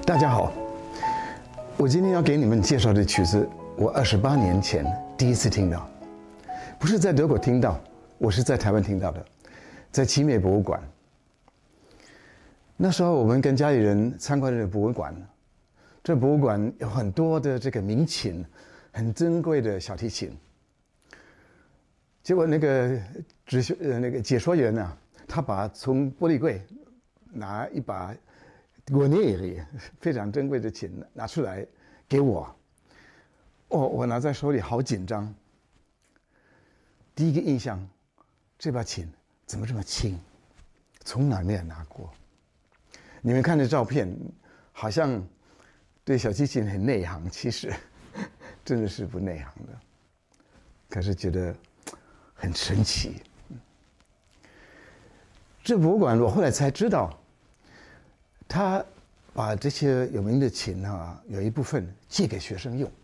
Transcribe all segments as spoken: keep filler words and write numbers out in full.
大家好，我今天要给你们介绍的曲子，我二十八年前第一次听到，不是在德国听到，我是在台湾听到的，在奇美博物馆。那时候我们跟家里人参观这个博物馆，这博物馆有很多的这个名琴，很珍贵的小提琴。结果那个指修呃那个解说员呢、啊，他把从玻璃柜拿一把果涅里非常珍贵的琴拿出来给我，哦，我拿在手里好紧张。第一个印象，这把琴怎么这么轻？从哪没有拿过？你们看这照片，好像对小提琴很内行，其实真的是不内行的。可是觉得很神奇。这博物馆我后来才知道，他把这些有名的琴啊，有一部分借给学生用。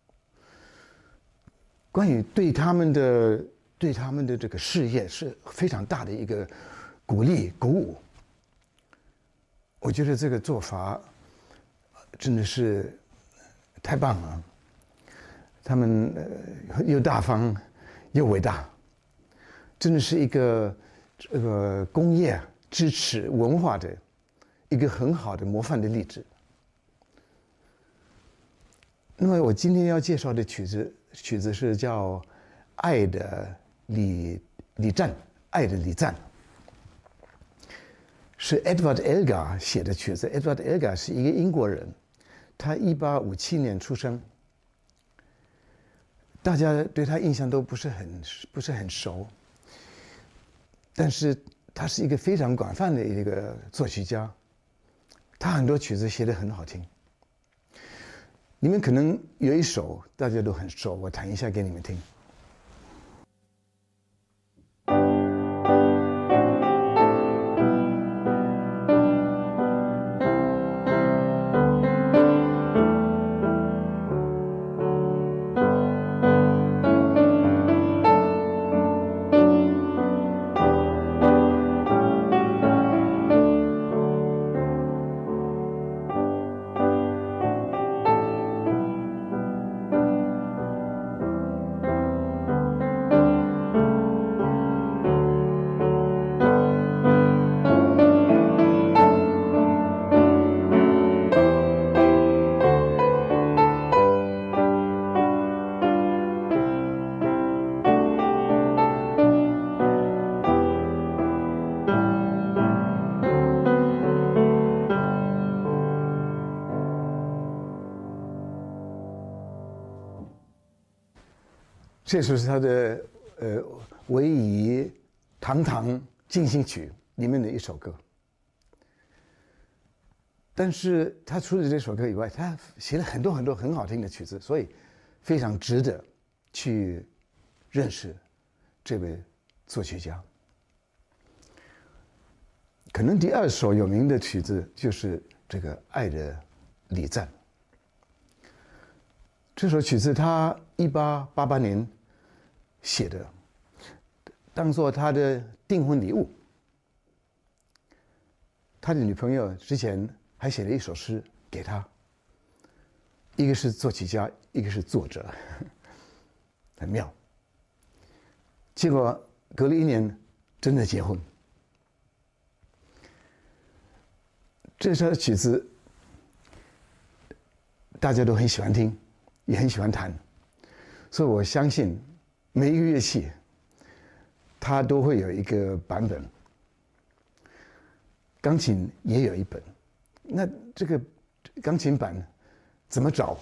关于对他们的对他们的这个事业是非常大的一个鼓励鼓舞。我觉得这个做法真的是太棒了。他们又大方又伟大，真的是一个这个工业支持文化的一个很好的模范的例子。那么我今天要介绍的曲子，曲子是叫《爱的礼礼赞》，《爱的礼赞》是 Edward Elgar 写的曲子。Edward Elgar 是一个英国人，他一八五七年出生。大家对他印象都不是很不是很熟，但是他是一个非常广泛的一个作曲家，他很多曲子写得很好听。你们可能有一首大家都很熟，我弹一下给你们听。这首是他的呃维仪堂堂进行曲里面的一首歌。但是他除了这首歌以外，他写了很多很多很好听的曲子，所以非常值得去认识这位作曲家。可能第二首有名的曲子就是这个《爱的礼赞》。这首曲子他一八八八年写的，当做他的订婚礼物。他的女朋友之前还写了一首诗给他，一个是作曲家，一个是作者，很妙。结果隔了一年，真的结婚。这首曲子大家都很喜欢听，也很喜欢弹，所以我相信每一个乐器它都会有一个版本，钢琴也有一本。那这个钢琴版怎么找？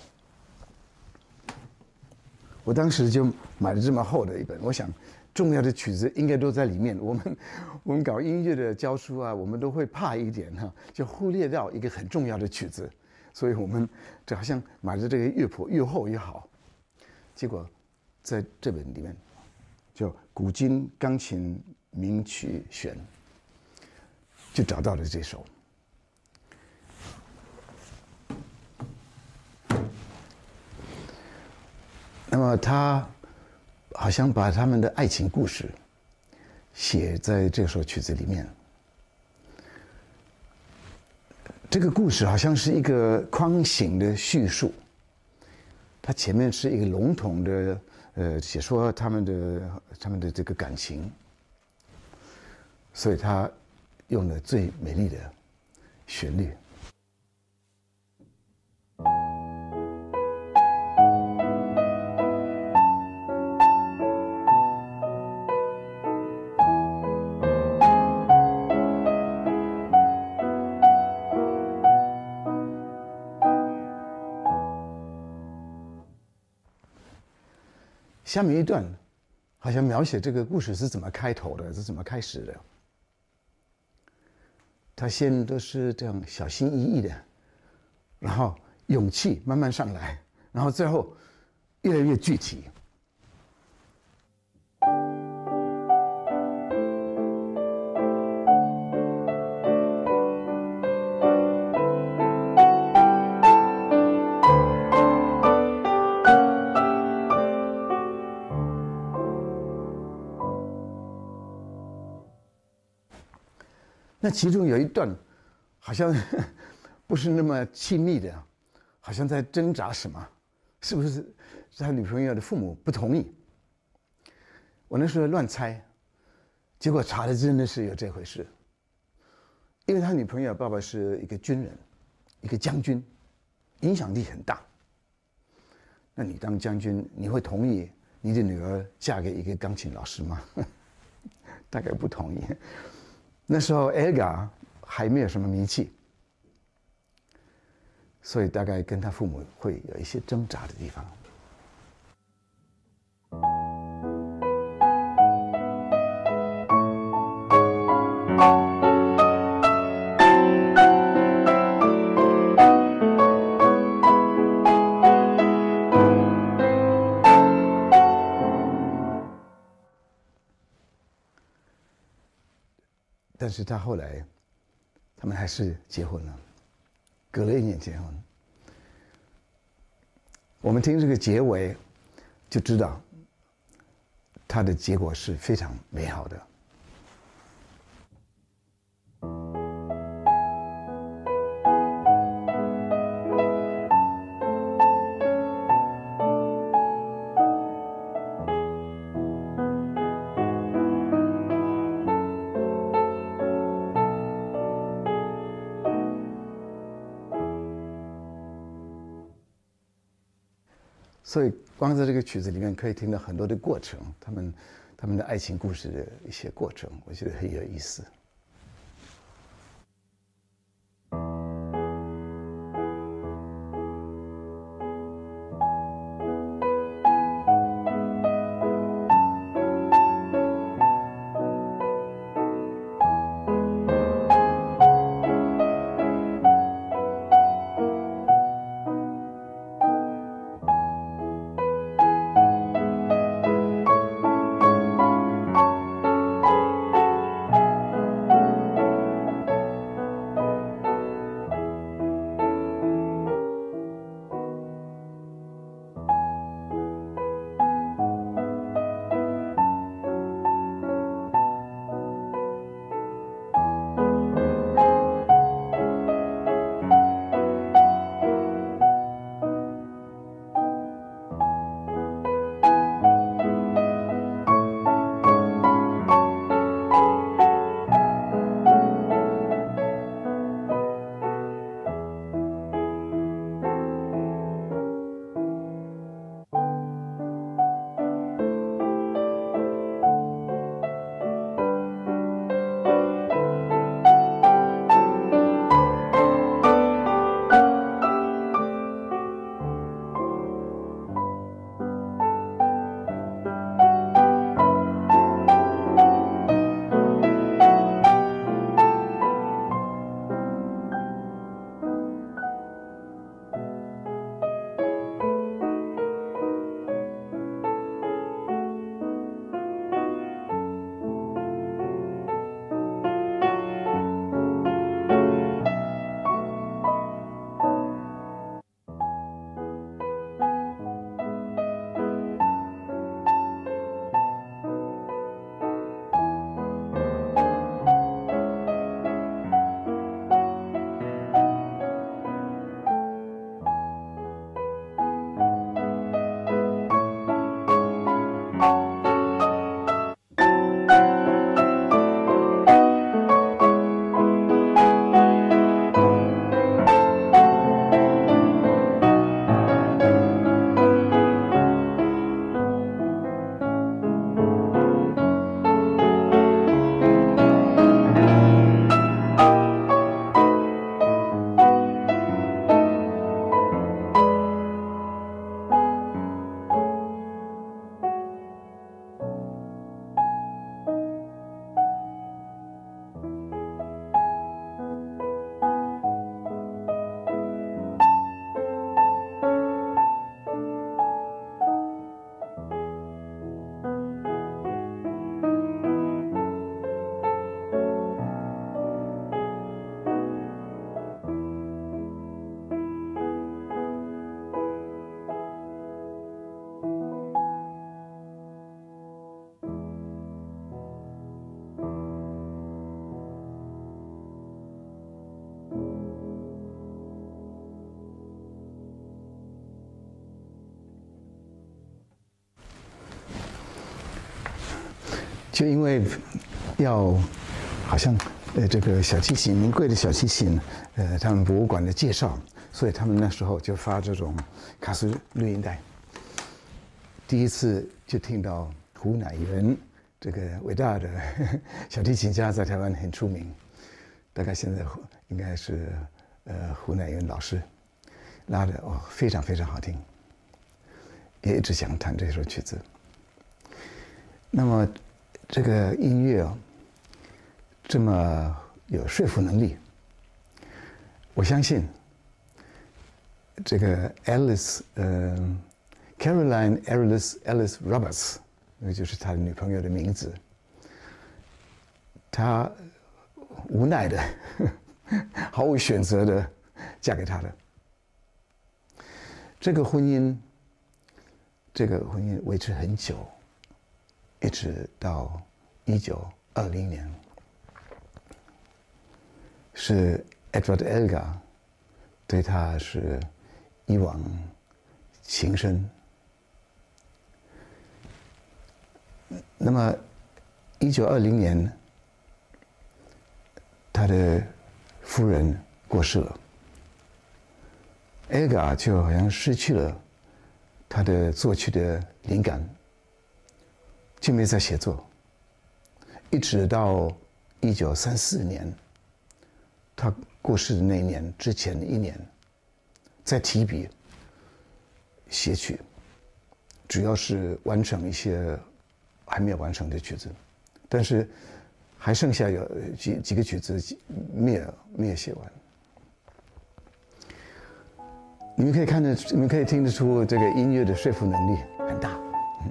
我当时就买了这么厚的一本，我想重要的曲子应该都在里面。我们我们搞音乐的教书啊，我们都会怕一点哈、啊，就忽略掉一个很重要的曲子，所以我们就好像买的这个乐谱越厚越好。结果在这本里面叫《古今钢琴名曲选》，就找到了这首。那么他好像把他们的爱情故事写在这首曲子里面。 这个故事好像是一个框形的叙述，它前面是一个笼统的，呃，写说他们的他们的这个感情，所以他用了最美丽的旋律。下面一段好像描写这个故事是怎么开头的，是怎么开始的。他先都是这样小心翼翼的，然后勇气慢慢上来，然后最后越来越具体。那其中有一段，好像不是那么亲密的，好像在挣扎什么，是不是他女朋友的父母不同意？我那时候乱猜，结果查的真的是有这回事。因为他女朋友爸爸是一个军人，一个将军，影响力很大。那你当将军，你会同意你的女儿嫁给一个钢琴老师吗？大概不同意。那时候 Elgar 还没有什么名气，所以大概跟他父母会有一些挣扎的地方。但是他后来，他们还是结婚了，隔了一年结婚。我们听这个结尾，就知道他的结果是非常美好的。所以，光在这个曲子里面可以听到很多的过程，他们他们的爱情故事的一些过程，我觉得很有意思。 就因为要好像呃这个小提琴名贵的小提琴，呃他们博物馆的介绍，所以他们那时候就发这种卡式录音带。第一次就听到胡乃元这个伟大的小提琴家在台湾很出名，大概现在应该是呃胡乃元老师拉的哦，非常非常好听，也一直想弹这首曲子。那么这个音乐哦，这么有说服能力，我相信这个 Alice 呃 Caroline Alice Alice Roberts， 那就是他的女朋友的名字，她无奈的毫无选择的嫁给他的。这个婚姻，这个婚姻维持很久，一直到一九二零年，是 Edward Elgar 对他是一往情深。那么一九二零年，他的夫人过世了。Elgar 就好像失去了他的作曲的灵感，就没再写作，一直到一九三四年，他过世的那一年之前一年，再提笔写曲，主要是完成一些还没有完成的曲子，但是还剩下有几几个曲子没有没有写完。你们可以看得，你们可以听得出这个音乐的说服能力很大。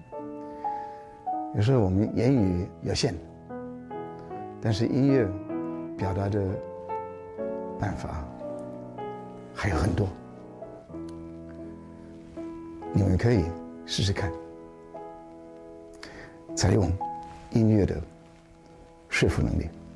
有时候我们言语有限，但是音乐表达的办法还有很多。你们可以试试看，采用音乐的说服能力。